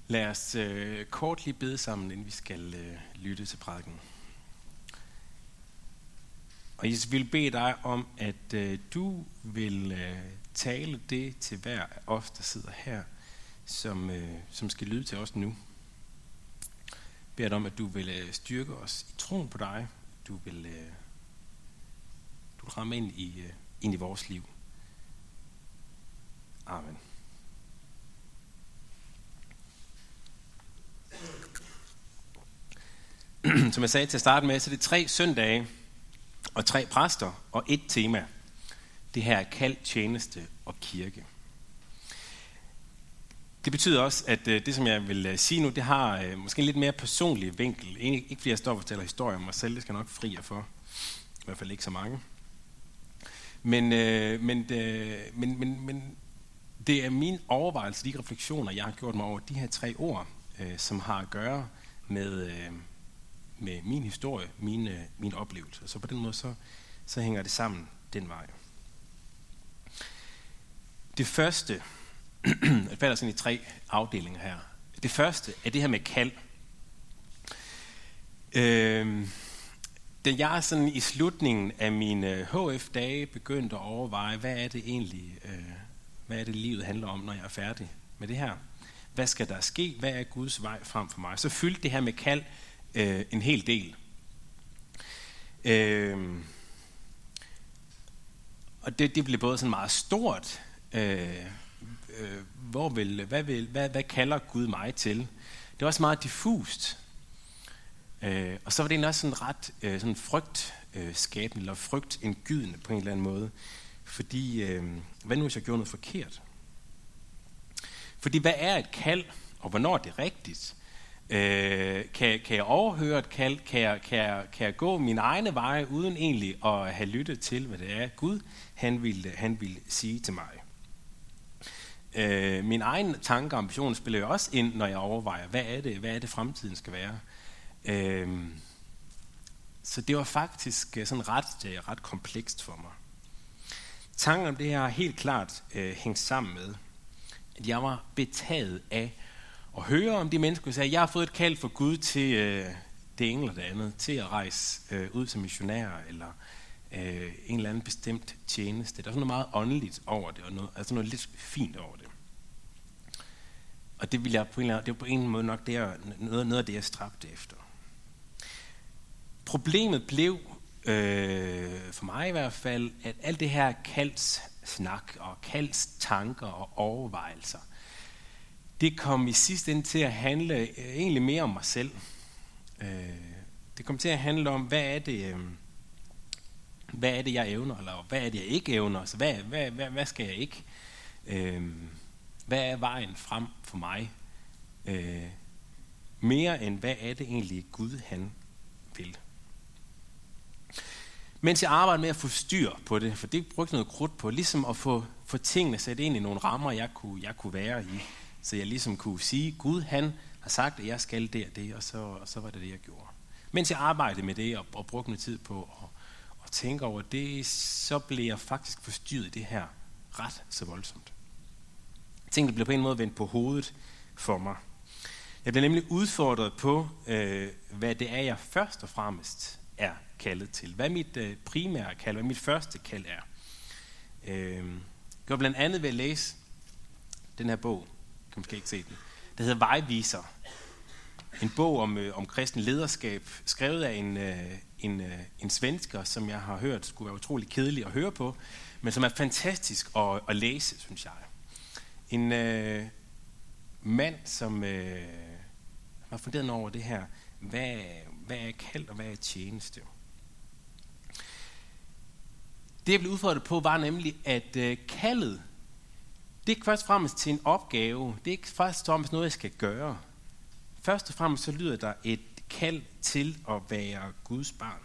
Lad os kort lige bede sammen, inden vi skal lytte til prædiken. Og jeg vil bede dig om, at du vil tale det til hver af os, der sidder her, som skal lyde til os nu. Jeg beder dig om, at du vil styrke os i troen på dig. Du vil ramme ind i vores liv. Amen. Som jeg sagde til at starte med, så er det 3 søndage og 3 præster og 1 tema. Det her er kald, tjeneste og kirke. Det betyder også, at det, som jeg vil sige nu, det har måske en lidt mere personlig vinkel. Ikke fordi jeg står og fortæller historier om mig selv, det skal jeg nok fri jer for. I hvert fald ikke så mange. Men det er min overvejelse, de refleksioner, jeg har gjort mig over de her 3 ord, som har at gøre med min historie, min oplevelse. Så på den måde, så hænger det sammen den vej. Det første, det falder sådan i 3 afdelinger her. Det første er det her med kald. Da jeg sådan i slutningen af mine HF-dage begyndte at overveje, hvad er det egentlig, hvad er det livet handler om, når jeg er færdig med det her? Hvad skal der ske? Hvad er Guds vej frem for mig? Så fyldte det her med kald en hel del. Og det blev både sådan meget stort. Hvad kalder Gud mig til? Det var også meget diffust. Og så var det også sådan ret sådan frygtskabende eller frygtindgydende på en eller anden måde. Fordi, hvad nu hvis jeg gjorde noget forkert? Fordi hvad er et kald, og hvornår er det rigtigt? Kan jeg overhøre et kald? Kan jeg gå mine egne veje, uden egentlig at have lyttet til, hvad det er Gud, han vil sige til mig? Mine egne tanker og ambitioner spiller jo også ind, når jeg overvejer, hvad er det fremtiden skal være? Så det var faktisk sådan ret komplekst for mig. Tanken om det her har helt klart hængt sammen med, at jeg var betaget af at høre om de mennesker, der sagde, jeg har fået et kald for Gud til det ene eller det andet, til at rejse ud som missionær, eller en eller anden bestemt tjeneste. Der er sådan noget meget åndeligt over det, og noget lidt fint over det. Og det vil jeg det var på en måde nok noget af det, jeg stræbte efter. Problemet blev, for mig i hvert fald, at alt det her kaldssnak og kaldstanker og overvejelser, det kom i sidste ende til at handle egentlig mere om mig selv. Det kom til at handle om, hvad er det, jeg evner, eller hvad er det, jeg ikke evner? Så hvad skal jeg ikke? Hvad er vejen frem for mig? Mere end, hvad er det egentlig, Gud han vil? Mens jeg arbejdede med at få styr på det, for det brugte noget krudt på, ligesom at få tingene sat ind i nogle rammer, jeg kunne være i. Så jeg ligesom kunne sige, Gud han har sagt, at jeg skal det, og så var det, jeg gjorde. Mens jeg arbejdede med det og brugte noget tid på at tænke over det, så blev jeg faktisk forstyrret i det her ret så voldsomt. Tingene blev på en måde vendt på hovedet for mig. Jeg blev nemlig udfordret på, hvad det er, jeg først og fremmest er kaldet til. Hvad mit primære kald, hvad mit første kald er. Jeg var blandt andet ved at læse den her bog, jeg kan måske ikke se den, der hedder Vejviser. En bog om kristen lederskab, skrevet af en svensker, som jeg har hørt skulle være utrolig kedelig at høre på, men som er fantastisk at læse, synes jeg. En mand, som har funderet over det her, hvad er kald og hvad er tjeneste? Det jeg blev udfordret på var nemlig, at kaldet, det er ikke først og fremmest til en opgave, det er ikke først og fremmest noget, jeg skal gøre. Først og fremmest så lyder der et kald til at være Guds barn.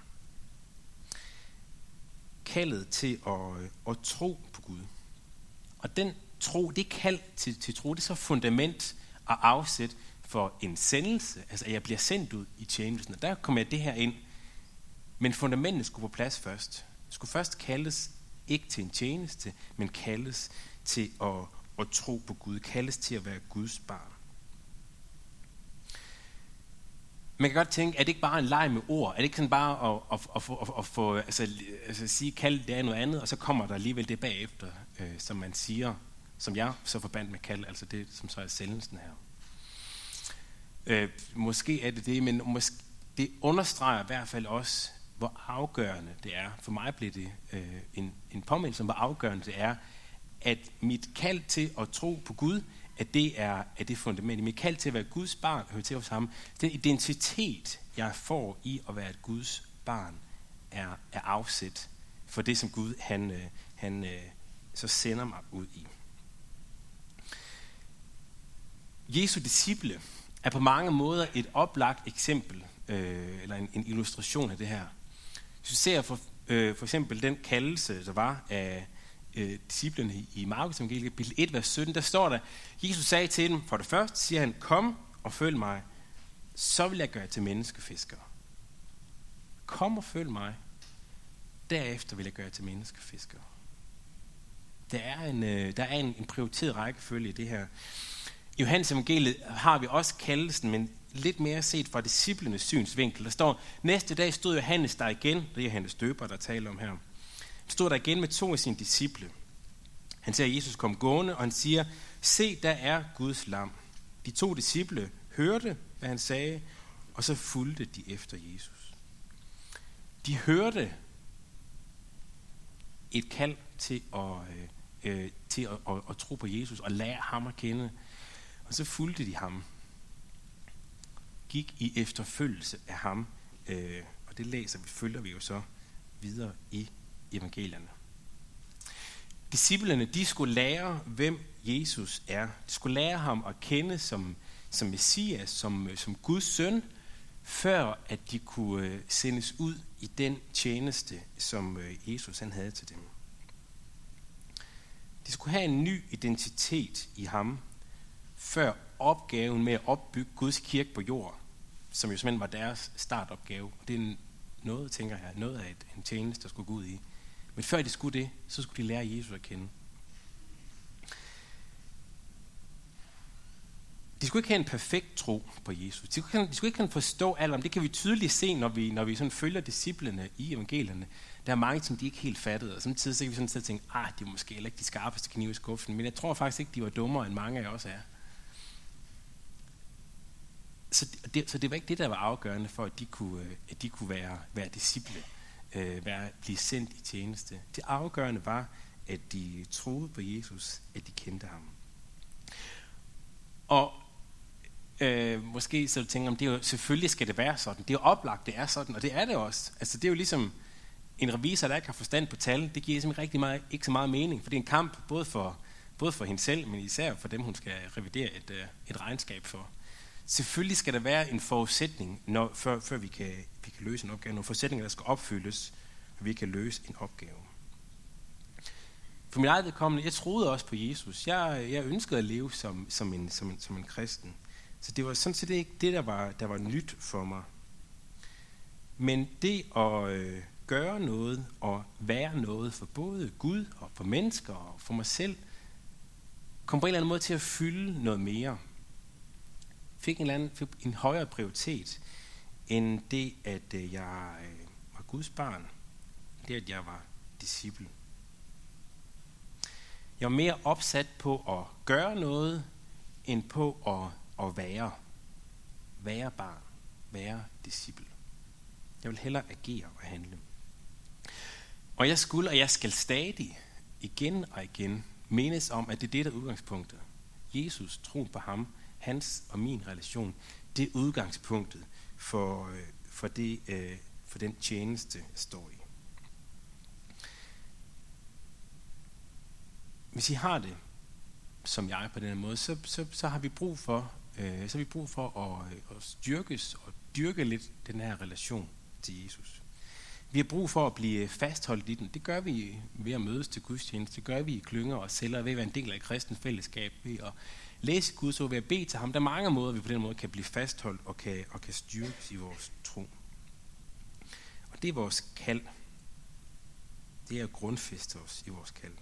Kaldet til at tro på Gud. Og den tro, det kald til tro, det er så fundament og afsæt for en sendelse, altså at jeg bliver sendt ud i tjenesten. Og der kommer jeg det her ind, men fundamentet skulle på plads først. Det skulle først kaldes ikke til en tjeneste, men kaldes til at tro på Gud, kaldes til at være Guds barn. Man kan godt tænke, er det ikke bare en leg med ord? Er det ikke sådan bare at få sige, kald det er noget andet, og så kommer der alligevel det bagefter, som man siger, som jeg så forbandt med kald, altså det, som så er sendelsen her. Måske er det, men det understreger i hvert fald også, hvor afgørende det er. For mig blev det en påmindelse om, hvor afgørende det er, at mit kald til at tro på Gud, at det er det fundament. Mit kald til at være Guds barn, høre til hos ham, den identitet, jeg får i at være et Guds barn, er afsæt for det, som Gud han så sender mig ud i. Jesu disciple er på mange måder et oplagt eksempel, eller en illustration af det her. Hvis vi ser for eksempel den kaldelse, der var af disciplene i Markus evangeliet, kapitel 1, vers 17, der står der, Jesus sagde til dem, for det første siger han, kom og følg mig, så vil jeg gøre til menneskefiskere. Kom og følg mig, derefter vil jeg gøre til menneskefiskere. Der er en prioriteret rækkefølge i det her. I Johannes evangeliet har vi også kaldelsen, men lidt mere set fra disciplenes synsvinkel. Der står, næste dag stod Johannes der igen, det er Johannes døber, der taler om her. Han stod der igen med 2 af sine disciple. Han ser Jesus komme gående, og han siger, se, der er Guds lam. De 2 disciple hørte, hvad han sagde, og så fulgte de efter Jesus. De hørte et kald til at tro på Jesus og lære ham at kende. Og så fulgte de ham. Gik i efterfølgelse af ham. Og det følger vi jo så videre i evangelierne. Disciplerne, de skulle lære, hvem Jesus er. De skulle lære ham at kende som Messias, som Guds søn, før at de kunne sendes ud i den tjeneste, som Jesus han havde til dem. De skulle have en ny identitet i ham, før opgaven med at opbygge Guds kirke på jord, som jo simpelthen var deres startopgave. Det er noget, tænker jeg, noget af en tjeneste, der skulle gå ud i. Men før de skulle det, så skulle de lære Jesus at kende. De skulle ikke have en perfekt tro på Jesus. De skulle ikke forstå alt om. Det kan vi tydeligt se, når vi sådan følger disciplene i evangelierne. Der er mange, som de ikke helt fattede. Og samtidig så kan vi sådan sidde og tænke, de er måske heller ikke de skarpeste knive i skuffen. Men jeg tror faktisk ikke, de var dummere, end mange af os er. Så det var ikke det, der var afgørende for, at de kunne være disciple, blive sendt i tjeneste. Det afgørende var, at de troede på Jesus, at de kendte ham. Og måske så du tænker, om det er jo, selvfølgelig skal det være sådan. Det er jo oplagt, det er sådan, og det er det også. Altså det er jo ligesom en revisor, der ikke har forstand på tal. Det giver simpelthen ikke så meget mening, for det er en kamp både for hende selv, men især for dem, hun skal revidere et regnskab for. Selvfølgelig skal der være en forudsætning, før vi kan løse en opgave. Nogle forudsætninger, der skal opfyldes, for vi kan løse en opgave. For mit eget vedkommende, jeg troede også på Jesus. Jeg ønskede at leve som en kristen. Så det var sådan set ikke det, der var nyt for mig. Men det at gøre noget og være noget for både Gud og for mennesker og for mig selv, kom på en eller anden måde til at fylde noget mere. Fik en højere prioritet, end det, at jeg var Guds barn. Det, at jeg var disciple. Jeg var mere opsat på at gøre noget, end på at være barn, være disciple. Jeg vil hellere agere og handle. Og jeg skal stadig igen og igen mindes om, at det er det, der er udgangspunktet. Jesus, tro på ham, hans og min relation, det er udgangspunktet for den tjeneste, jeg står i. Hvis I har det, som jeg på den her måde, så har vi brug for at styrkes og dyrke lidt den her relation til Jesus. Vi har brug for at blive fastholdt i den. Det gør vi ved at mødes til gudstjeneste. Det gør vi i klynger og celler, ved at være en del af et kristent fællesskab, ved at læse Guds ord, ved at bede til ham. Der er mange måder, vi på den måde kan blive fastholdt og kan styrkes i vores tro. Og det er vores kald. Det er at grundfæste os i vores kald.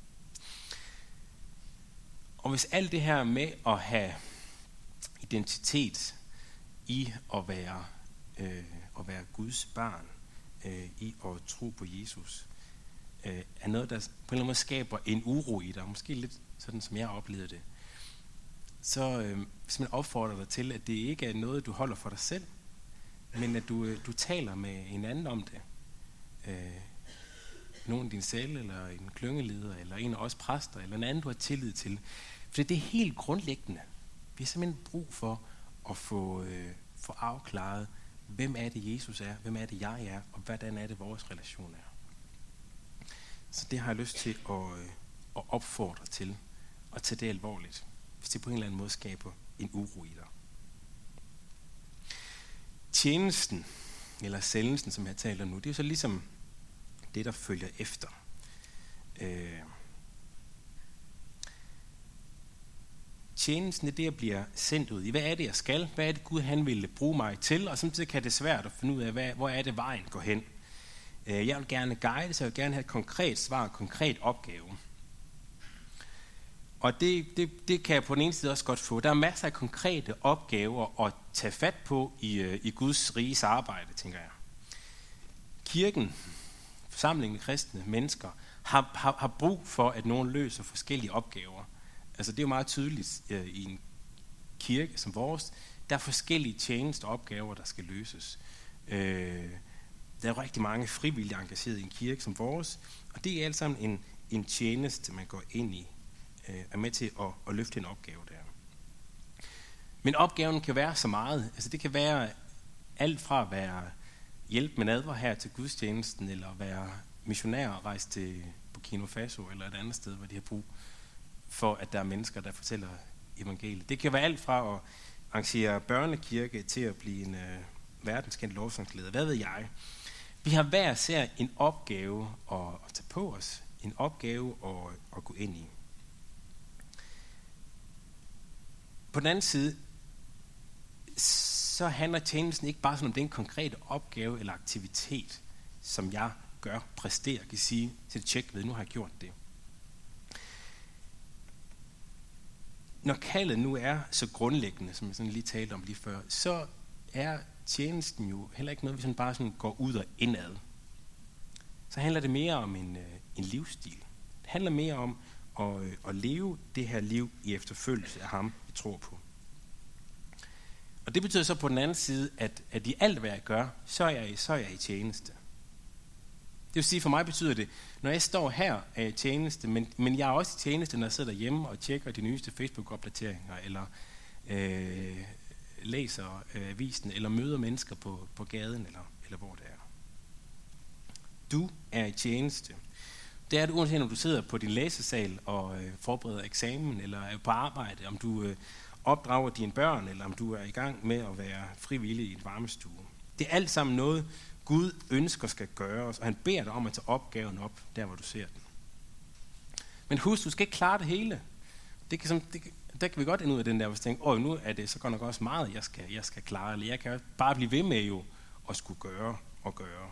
Og hvis alt det her med at have identitet i at være at være Guds barn i at tro på Jesus, er noget, der på en eller anden måde skaber en uro i dig, måske lidt sådan, som jeg oplevede det, så hvis man opfordrer dig til, at det ikke er noget, du holder for dig selv, men at du taler med en anden om det. Nogen i din celle, eller en klyngeleder, eller en af os præster, eller en anden, du har tillid til. For det er helt grundlæggende. Vi har simpelthen brug for at få afklaret, hvem er det, Jesus er, hvem er det, jeg er, og hvordan er det, vores relation er. Så det har jeg lyst til at opfordre til, og tage det alvorligt, hvis det på en eller anden måde skaber en uro i dig. Tjenesten, eller sendelsen, som jeg taler nu, det er jo så ligesom det, der følger efter. Tjenesten er det, jeg bliver sendt ud i. Hvad er det, jeg skal? Hvad er det, Gud han ville bruge mig til? Og samtidig kan det svært at finde ud af, hvor er det, vejen går hen. Jeg vil gerne guide, så jeg vil gerne have et konkret svar, en konkret opgave. Og det kan jeg på den ene side også godt få. Der er masser af konkrete opgaver at tage fat på i Guds riges arbejde, tænker jeg. Kirken, forsamlingen af kristne mennesker, har brug for, at nogen løser forskellige opgaver. Altså det er jo meget tydeligt i en kirke som vores. Der er forskellige tjenesteopgaver, der skal løses. Der er rigtig mange frivillige engageret i en kirke som vores, og det er alt sammen en tjeneste, man går ind i, er med til at løfte en opgave der. Men opgaven kan være så meget. Altså det kan være alt fra at være hjælp med nadver her til gudstjenesten, eller være missionær og rejse til Burkina Faso eller et andet sted, hvor de har brug for, at der er mennesker, der fortæller evangeliet. Det kan være alt fra at arrangere børnekirke til at blive en verdenskendt lovsangsleder. Hvad ved jeg? Vi har hver især en opgave at tage på os, en opgave at gå ind i. På den anden side, så handler tjenesten ikke bare sådan om den konkrete opgave eller aktivitet, som jeg præsterer, kan sige til tjek ved, nu har jeg gjort det. Når kaldet nu er så grundlæggende, som jeg sådan lige talte om lige før, så er tjenesten jo heller ikke noget, vi sådan bare sådan går ud og indad. Så handler det mere om en livsstil. Det handler mere om at leve det her liv i efterfølgelse af ham, vi tror på. Og det betyder så på den anden side, at i alt, hvad jeg gør, så er jeg i tjeneste. Det vil sige, for mig betyder det, når jeg står her er jeg i tjeneste, men jeg er også i tjeneste, når jeg sidder derhjemme og tjekker de nyeste Facebook-opdateringer, eller læser avisen, eller møder mennesker på gaden, eller hvor det er. Du er i tjeneste. Det er det uanset om du sidder på din læsesal og forbereder eksamen, eller er på arbejde, om du opdrager dine børn, eller om du er i gang med at være frivillig i en varmestue. Det er alt sammen noget, Gud ønsker skal gøres, og han beder dig om at tage opgaven op, der hvor du ser den. Men husk, du skal ikke klare det hele. Der kan vi godt ende ud af den der, hvis du tænker, nu er det så godt nok også meget, jeg skal klare, eller jeg kan bare blive ved med jo at skulle gøre og gøre.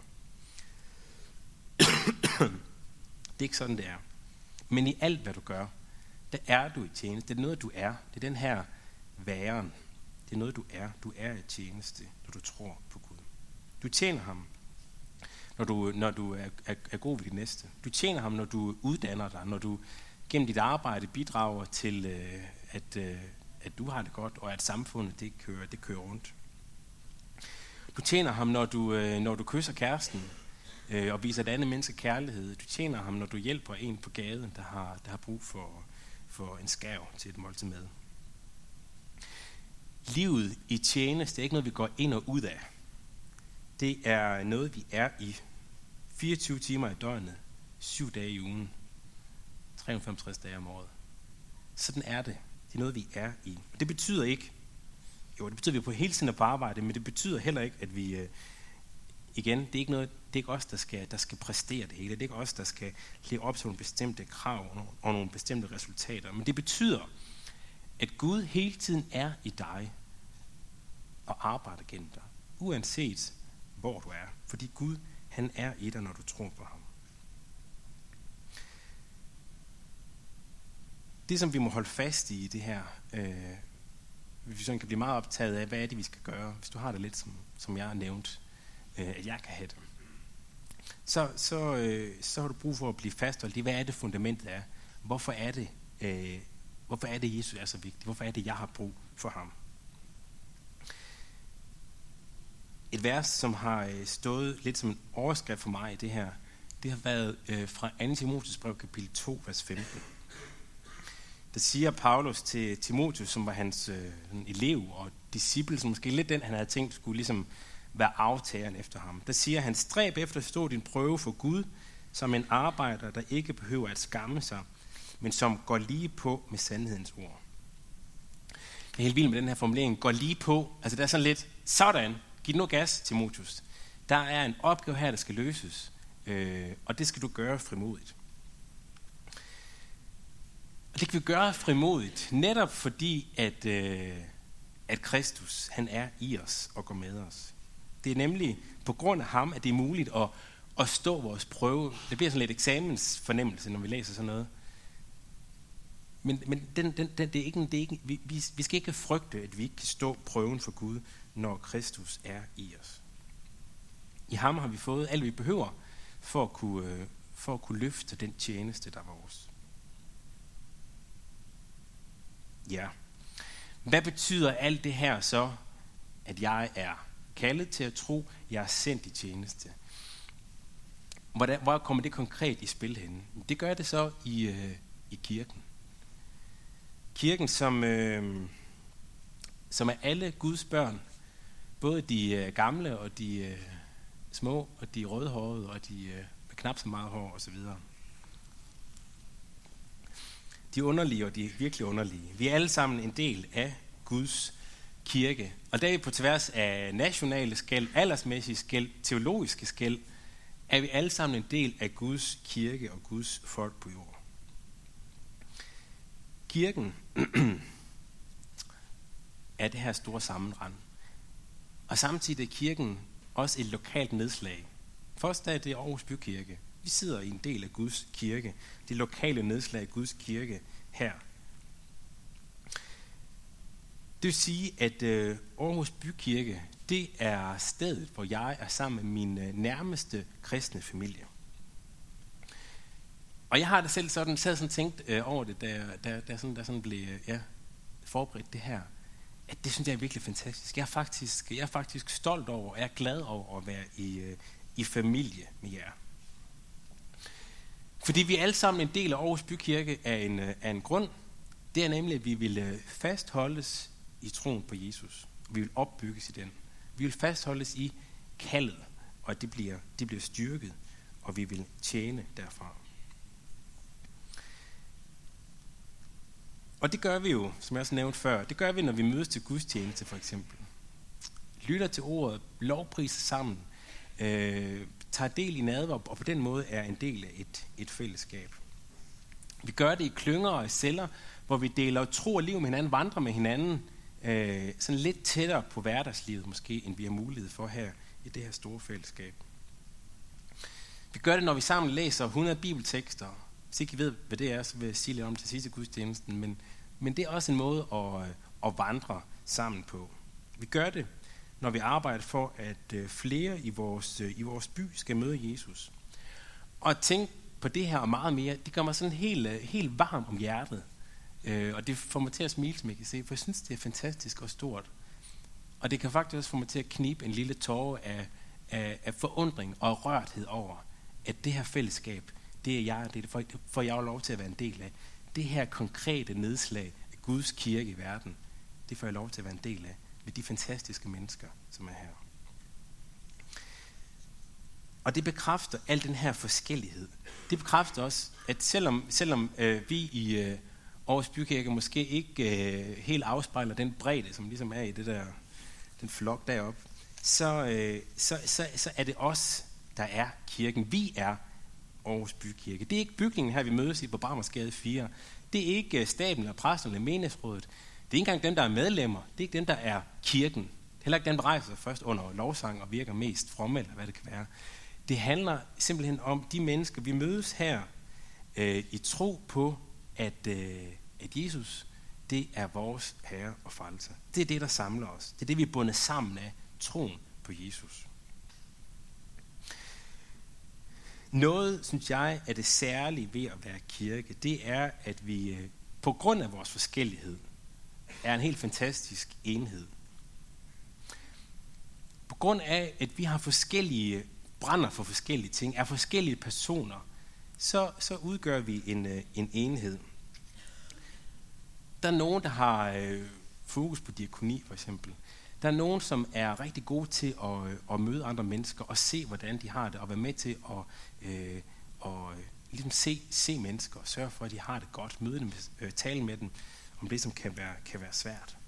Det er ikke sådan, det er. Men i alt, hvad du gør, der er du i tjeneste. Det er noget, du er. Det er den her væren. Det er noget, du er. Du er i tjeneste, når du tror på Gud. Du tjener ham, når du er god ved dit næste. Du tjener ham, når du uddanner dig, når du gennem dit arbejde bidrager til, at du har det godt, og at samfundet det kører rundt. Du tjener ham, når du kysser kæresten, og viser et andet menneske kærlighed. Du tjener ham, når du hjælper en på gaden, der har brug for en skærv til et måltid mad. Livet i tjeneste er ikke noget, vi går ind og ud af. Det er noget, vi er i 24 timer i døgnet, 7 dage i ugen, 365 dage om året. Sådan er det. Det er noget, vi er i. Og det betyder ikke, det betyder, at vi er på hele tiden på arbejde, men det betyder heller ikke, at vi, igen, det er ikke os, der skal præstere det hele. Det er ikke os, der skal leve op til nogle bestemte krav og nogle bestemte resultater. Men det betyder, at Gud hele tiden er i dig og arbejder gennem dig, uanset hvor du er. Fordi Gud, han er i dig, når du tror på ham. Det, som vi må holde fast i det her vi sådan kan blive meget optaget af, hvad er det, vi skal gøre, hvis du har det lidt, som jeg har nævnt, at jeg kan have det, så har du brug for at blive fastholdt i, hvad er det fundamentet er? Hvorfor er det, Jesus er så vigtig? Hvorfor er det, jeg har brug for ham? Et vers, som har stået lidt som en overskrift for mig i det her, det har været fra 2. Timotheus brev, kapitel 2, vers 15. Der siger Paulus til Timotheus, som var hans elev og disciple, som måske lidt den, han havde tænkt skulle ligesom være aftageren efter ham. Der siger han, stræb efter at stå din prøve for Gud, som en arbejder, der ikke behøver at skamme sig, men som går lige på med sandhedens ord. Jeg er helt vild med den her formulering, går lige på. Altså der er sådan lidt, sådan, giv nu gas, Timotheus. Der er en opgave her, der skal løses, og det skal du gøre frimodigt. Og det kan vi gøre frimodigt, netop fordi, at Kristus, han er i os og går med os. Det er nemlig på grund af ham, at det er muligt at stå vores prøve. Det bliver sådan lidt eksamensfornemmelse, når vi læser sådan noget. Men vi skal ikke frygte, at vi ikke kan stå prøven for Gud, når Kristus er i os. I ham har vi fået alt, vi behøver for at kunne løfte den tjeneste, der er vores. Ja. Hvad betyder alt det her så, at jeg er kaldet til at tro, jeg er sendt i tjeneste? Hvor kommer det konkret i spil henne? Det gør det så i kirken. Kirken, som er alle Guds børn, både de gamle og de små, og de rødhårede, og de med knap så meget hår osv. De underlige og de virkelig underlige. Vi er alle sammen en del af Guds kirke. Og der er på tværs af nationale skel, aldersmæssige skel, teologiske skel, er vi alle sammen en del af Guds kirke og Guds folk på jorden. Kirken er det her store sammenrend. Og samtidig er kirken også et lokalt nedslag. Først er det Aarhus Bykirke. Vi sidder i en del af Guds kirke. Det lokale nedslag af Guds kirke her. Det vil sige, at Aarhus Bykirke, det er stedet, hvor jeg er sammen med min nærmeste kristne familie. Og jeg har da selv sådan tænkt over det, da sådan blev forberedt det her, at det synes jeg er virkelig fantastisk. Jeg er faktisk stolt over, og jeg er glad over at være i familie med jer. Fordi vi er alle sammen en del af Aarhus Bykirke af en grund. Det er nemlig, at vi vil fastholdes i troen på Jesus. Vi vil opbygges i den. Vi vil fastholdes i kaldet, og at det bliver styrket, og vi vil tjene derfra. Og det gør vi jo, som jeg også nævnte før, det gør vi, når vi mødes til gudstjeneste for eksempel. Lytter til ordet, lovpriser sammen, tager del i nadver, og på den måde er en del af et fællesskab. Vi gør det i klynger og i celler, hvor vi deler tro og liv med hinanden, vandrer med hinanden, sådan lidt tættere på hverdagslivet måske, end vi har mulighed for her i det her store fællesskab. Vi gør det, når vi sammen læser 100 bibeltekster. Hvis ikke I ved, hvad det er, så vil jeg sige lidt om til sidste gudstjenesten, men det er også en måde at vandre sammen på. Vi gør det, når vi arbejder for, at flere i vores by skal møde Jesus. Og at tænke på det her og meget mere, det gør mig sådan helt varm om hjertet. Og det får mig til at smile, som jeg kan se, for jeg synes, det er fantastisk og stort. Og det kan faktisk også få mig til at knibe en lille tåre af forundring og rørthed over, at det her fællesskab, det er jeg, det får jeg lov til at være en del af. Det her konkrete nedslag af Guds kirke i verden, det får jeg lov til at være en del af med de fantastiske mennesker, som er her. Og det bekræfter al den her forskellighed. Det bekræfter også, at selvom vi i Aarhus Bykirke måske ikke helt afspejler den bredde, som ligesom er i den flok deroppe, så er det os, der er kirken. Vi er Aarhus Bykirke. Det er ikke bygningen her, vi mødes i på Barmersgade 4. Det er ikke staben og præsten eller menighedsrådet. Det er ikke engang dem, der er medlemmer. Det er ikke dem, der er kirken. Det er heller ikke dem, der rejser sig først under lovsang og virker mest fromme, eller hvad det kan være. Det handler simpelthen om de mennesker, vi mødes her i tro på, at Jesus det er vores Herre og Frelser. Det er det, der samler os. Det er det, vi er bundet sammen af, troen på Jesus. Noget, synes jeg, er det særlige ved at være kirke, det er, at vi på grund af vores forskellighed er en helt fantastisk enhed. På grund af, at vi har forskellige brænder for forskellige ting, er forskellige personer, så udgør vi en enhed. Der er nogen, der har fokus på diakoni, for eksempel. Der er nogen, som er rigtig gode til at møde andre mennesker og se, hvordan de har det, og være med til at ligesom se mennesker og sørge for, at de har det godt, møde dem, tale med dem om det, som kan være svært.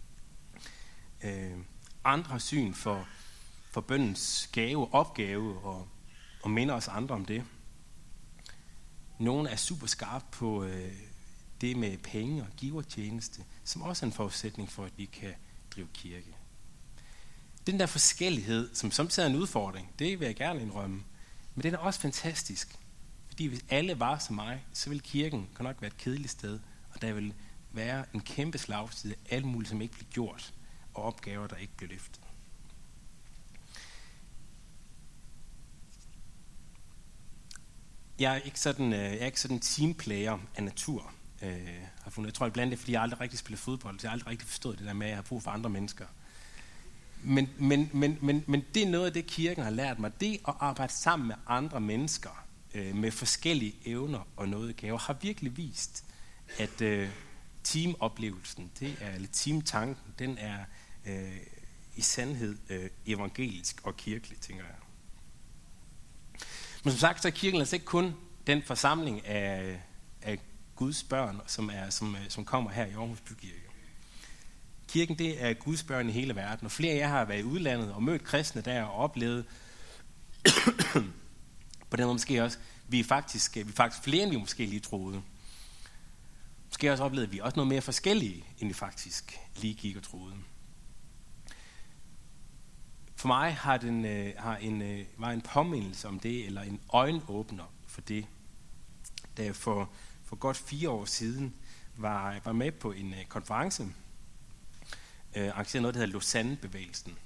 Andre har syn for bønnens opgave og minder os andre om det. Nogle er super skarpe på det med penge og givertjeneste, som også er en forudsætning for, at vi kan drive kirke. Den der forskellighed, som samtidig er en udfordring, det vil jeg gerne indrømme, men den er også fantastisk. Fordi hvis alle var som mig, så vil kirken nok være et kedeligt sted, og der vil være en kæmpe slagside af alt muligt, som ikke bliver gjort, og opgaver, der ikke bliver løftet. Jeg er ikke sådan en teamplayer af natur. Jeg tror blandt det, fordi jeg aldrig rigtig spiller fodbold, så jeg har aldrig rigtig forstået det der med, at jeg har brug for andre mennesker. Men det er noget af det, kirken har lært mig. Det at arbejde sammen med andre mennesker, med forskellige evner og nådegaver, har virkelig vist, at teamoplevelsen, eller teamtanken, den er i sandhed evangelisk og kirkelig, tænker jeg. Men som sagt, så er kirken altså ikke kun den forsamling af Guds børn, som kommer her i Aarhus Bykirke. Kirken, det er Guds børn i hele verden, og flere af jer har været i udlandet og mødt kristne der og oplevet på den måde måske også, vi er faktisk flere, end vi måske lige troede. Måske også oplevet, at vi er også noget mere forskellige, end vi faktisk lige gik og troede. For mig var en påmindelse om det, eller en øjenåbner for det, da jeg for godt 4 år siden var med på en konference, arrangeret noget, der hedder Lausanne-bevægelsen.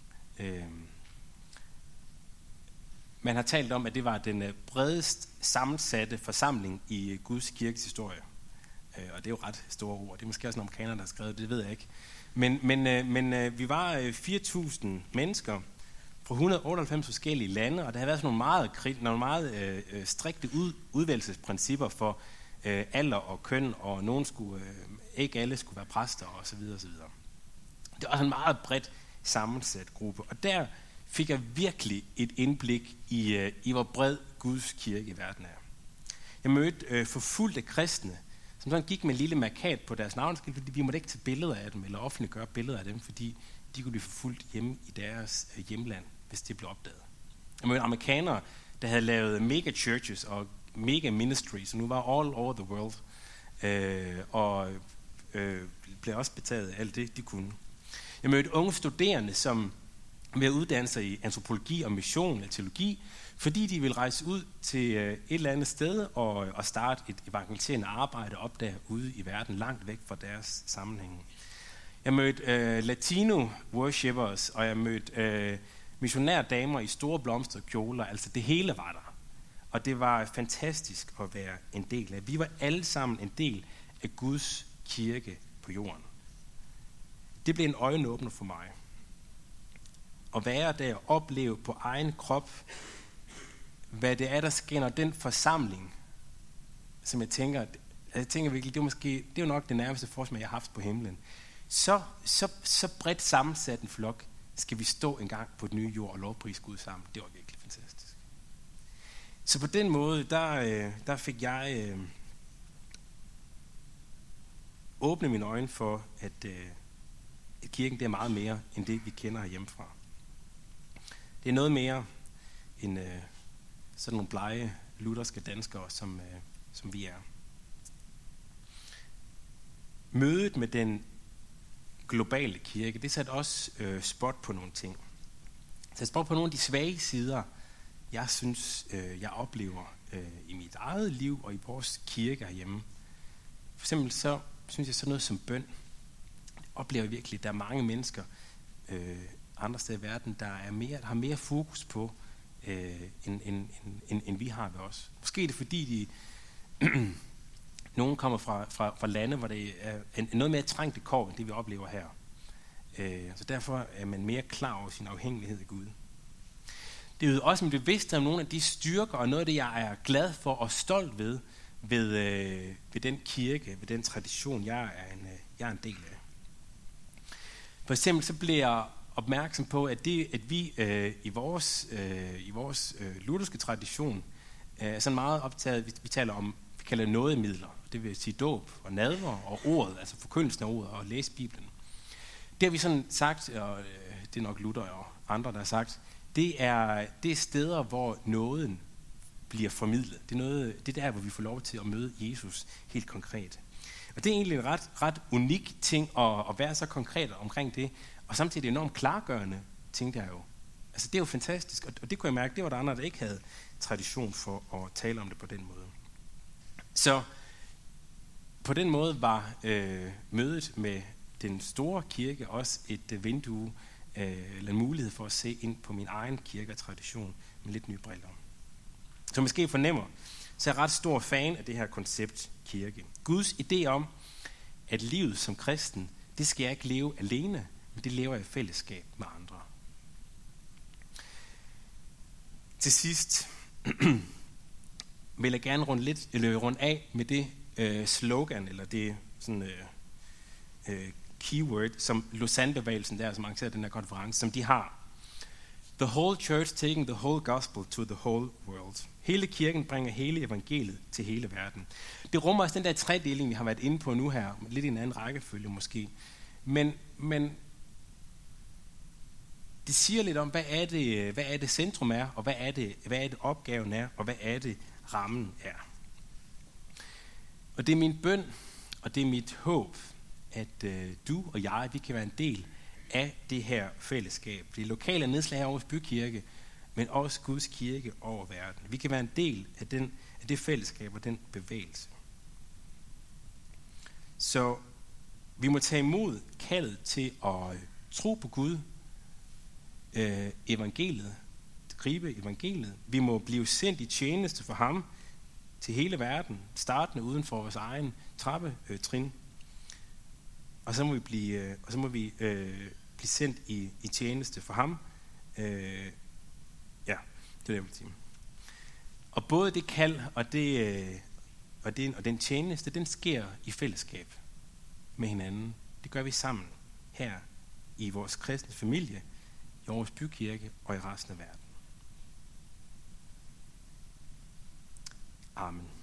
Man har talt om, at det var den bredest sammensatte forsamling i Guds kirkes historie. Og det er jo ret store ord. Det er måske også en amerikaner, der har skrevet det ved jeg ikke. Men vi var 4.000 mennesker fra 198 forskellige lande, og der havde været sådan nogle meget strikte udvælgelsesprincipper for alder og køn, og nogen ikke alle skulle være præster osv. osv. Det var også en meget bredt sammensat gruppe, og der fik jeg virkelig et indblik i hvor bred Guds kirke i verden er. Jeg mødte forfulgte kristne, som sådan gik med en lille markat på deres navneskilt, fordi vi måtte ikke tage billeder af dem, eller offentliggøre billeder af dem, fordi de kunne blive forfulgt hjemme i deres hjemland, hvis det blev opdaget. Jeg mødte amerikanere, der havde lavet mega churches og mega ministries, som nu var all over the world, og blev også betaget af alt det, de kunne. Jeg mødte unge studerende, som ved at uddanne sig i antropologi og mission eller teologi, fordi de ville rejse ud til et eller andet sted og starte et evangeliserende arbejde op der ude i verden, langt væk fra deres sammenhæng. Jeg mødte latino-worshippers, og jeg mødte missionærdamer i store blomsterkjoler, altså det hele var der. Og det var fantastisk at være en del af. Vi var alle sammen en del af Guds kirke på jorden. Det blev en øjenåbner for mig. At være der og opleve på egen krop, hvad det er, der sker, når den forsamling, som jeg tænker virkelig, det er jo nok det nærmeste forsmag, jeg har haft på himlen. Så bredt sammensat en flok, skal vi stå en gang på den nye jord og lovprise Gud sammen. Det var virkelig fantastisk. Så på den måde, der fik jeg åbne mine øjne for, at kirken det er meget mere, end det vi kender herhjemmefra. Det er noget mere end sådan nogle blege, lutherske danskere, som vi er. Mødet med den globale kirke, det satte også spot på nogle ting. Det satte spot på nogle af de svage sider, jeg synes, jeg oplever i mit eget liv og i vores kirke herhjemme. For eksempel så synes jeg sådan noget som bøn. oplever virkelig, at der er mange mennesker andre steder i verden, der har mere fokus på, end vi har ved os. Måske er det fordi, nogen kommer fra lande, hvor det er noget mere trængte kår, end det vi oplever her. Så derfor er man mere klar over sin afhængighed af Gud. Det er jo også en bevidsthed om nogle af de styrker, og noget af det, jeg er glad for og stolt ved den kirke, ved den tradition, jeg er en del af. For eksempel så bliver jeg opmærksom på, at vi i vores lutherske tradition er sådan meget optaget, vi kalder nådemidler, det vil sige dåb og nadver og ordet, altså forkyndelsen af ordet og læse Bibelen. Det har vi sådan sagt, og det er nok Luther og andre, der har sagt, det er steder, hvor nåden bliver formidlet. Det er der, hvor vi får lov til at møde Jesus helt konkret. Og det er egentlig en ret unik ting at være så konkret omkring det, og samtidig enormt klargørende, tænkte jeg jo. Altså det er jo fantastisk, og det kunne jeg mærke, det var der andre, der ikke havde tradition for at tale om det på den måde. Så på den måde var mødet med den store kirke også et vindue, eller en mulighed for at se ind på min egen kirke og tradition med lidt nye briller. Så måske fornemmer, så er jeg ret stor fan af det her koncept kirke. Guds idé om, at livet som kristen, det skal jeg ikke leve alene, men det lever jeg i fællesskab med andre. Til sidst vil jeg gerne runde af med det slogan, eller det sådan, keyword, som Lausanne-bevægelsen der, som arrangerer den her konference, som de har. The whole church taking the whole gospel to the whole world. Hele kirken bringer hele evangeliet til hele verden. Det rummer også den der tredeling, vi har været inde på nu her, lidt i en anden rækkefølge måske. Men det siger lidt om, hvad er det centrum er, og hvad er det opgaven er, og hvad er det rammen er. Og det er min bøn, og det er mit håb, at du og jeg, vi kan være en del af det her fællesskab. Det er lokale nedslag her Aarhus Bykirke, men også Guds kirke over verden. Vi kan være en del af det fællesskab og den bevægelse. Så vi må tage imod kaldet til at tro på Gud, evangeliet, gribe evangeliet. Vi må blive sendt i tjeneste for ham til hele verden, startende uden for vores egen trappetrin. Og så må vi blive sendt i tjeneste for ham. Ja, det er det, jeg vil sige. Og både det kald og den tjeneste, den sker i fællesskab med hinanden. Det gør vi sammen her i vores kristne familie, i Aarhus Bykirke og i resten af verden. Amen.